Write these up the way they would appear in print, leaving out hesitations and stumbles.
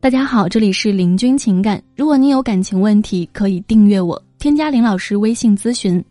大家好，这里是林君情感。如果你有感情问题，可以订阅我，添加林老师微信咨询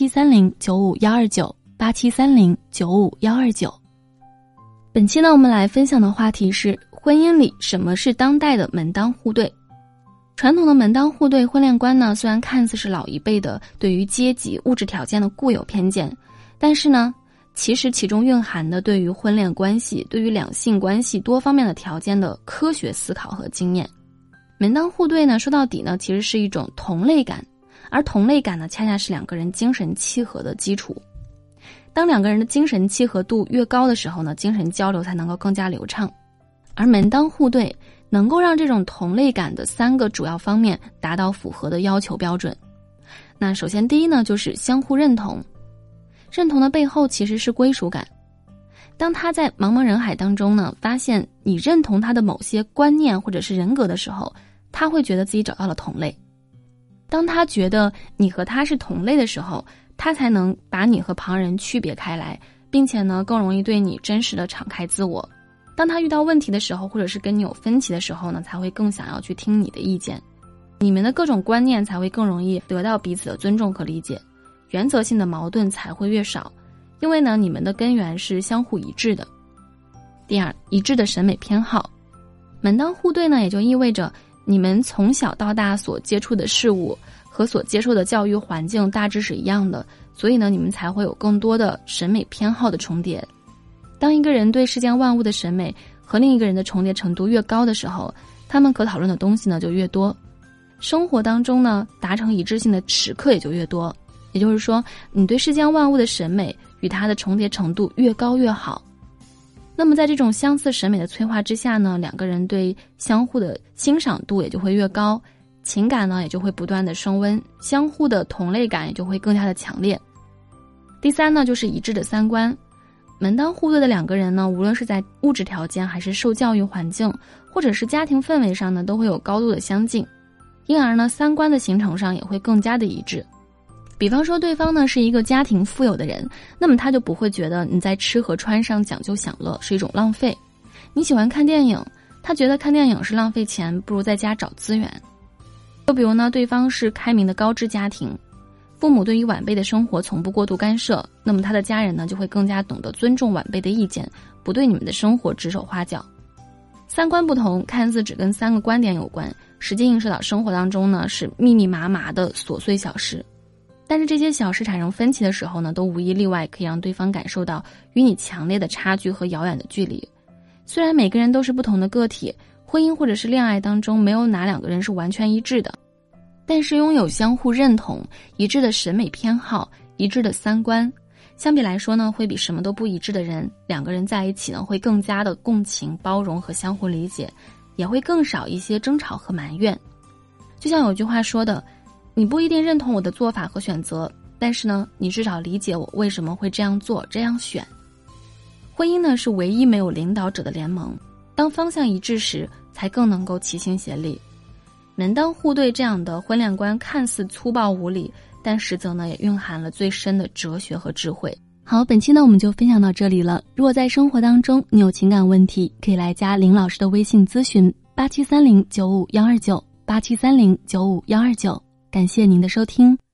8730-95129，8730-95129。本期呢，我们来分享的话题是婚姻里什么是当代的门当户对。传统的门当户对婚恋观呢，虽然看似是老一辈的对于阶级物质条件的固有偏见，但是呢，其实其中蕴含的对于婚恋关系、对于两性关系多方面的条件的科学思考和经验。门当户对呢，说到底呢，其实是一种同类感，而同类感呢，恰恰是两个人精神契合的基础。当两个人的精神契合度越高的时候呢，精神交流才能够更加流畅。而门当户对能够让这种同类感的3个主要方面达到符合的要求标准。那首先第一呢，就是相互认同。认同的背后其实是归属感。当他在茫茫人海当中呢，发现你认同他的某些观念或者是人格的时候，他会觉得自己找到了同类。当他觉得你和他是同类的时候，他才能把你和旁人区别开来，并且呢，更容易对你真实的敞开自我。当他遇到问题的时候，或者是跟你有分歧的时候呢，才会更想要去听你的意见。你们的各种观念才会更容易得到彼此的尊重和理解，原则性的矛盾才会越少，因为呢，你们的根源是相互一致的。第二，一致的审美偏好。门当户对呢，也就意味着你们从小到大所接触的事物和所接受的教育环境大致是一样的，所以呢，你们才会有更多的审美偏好的重叠。当一个人对世间万物的审美和另一个人的重叠程度越高的时候，他们可讨论的东西呢就越多，生活当中呢达成一致性的时刻也就越多。也就是说，你对世间万物的审美与它的重叠程度越高越好。那么在这种相似审美的催化之下呢，两个人对相互的欣赏度也就会越高，情感呢也就会不断的升温，相互的同类感也就会更加的强烈。第三呢，就是一致的三观。门当户对的两个人呢，无论是在物质条件还是受教育环境或者是家庭氛围上呢，都会有高度的相近，因而呢，三观的形成上也会更加的一致。比方说对方呢是一个家庭富有的人，那么他就不会觉得你在吃和穿上讲究享乐是一种浪费。你喜欢看电影，他觉得看电影是浪费钱，不如在家找资源。又比如呢，对方是开明的高知家庭，父母对于晚辈的生活从不过度干涉，那么他的家人呢就会更加懂得尊重晚辈的意见，不对你们的生活指手画脚。三观不同，看似只跟3个观点有关，实际映射到生活当中呢是密密麻麻的琐碎小事。但是这些小事产生分歧的时候呢，都无一例外可以让对方感受到与你强烈的差距和遥远的距离。虽然每个人都是不同的个体，婚姻或者是恋爱当中没有哪2个人是完全一致的，但是拥有相互认同、一致的审美偏好、一致的三观，相比来说呢，会比什么都不一致的人，2个人在一起呢，会更加的共情、包容和相互理解，也会更少一些争吵和埋怨。就像有句话说的，你不一定认同我的做法和选择，但是呢，你至少理解我为什么会这样做、这样选。婚姻呢，是唯一没有领导者的联盟，当方向一致时，才更能够齐心协力。门当户对这样的婚恋观看似粗暴无理，但实则呢，也蕴含了最深的哲学和智慧。好，本期呢我们就分享到这里了。如果在生活当中你有情感问题，可以来加林老师的微信咨询8730-95129，8730-95129。感谢您的收听。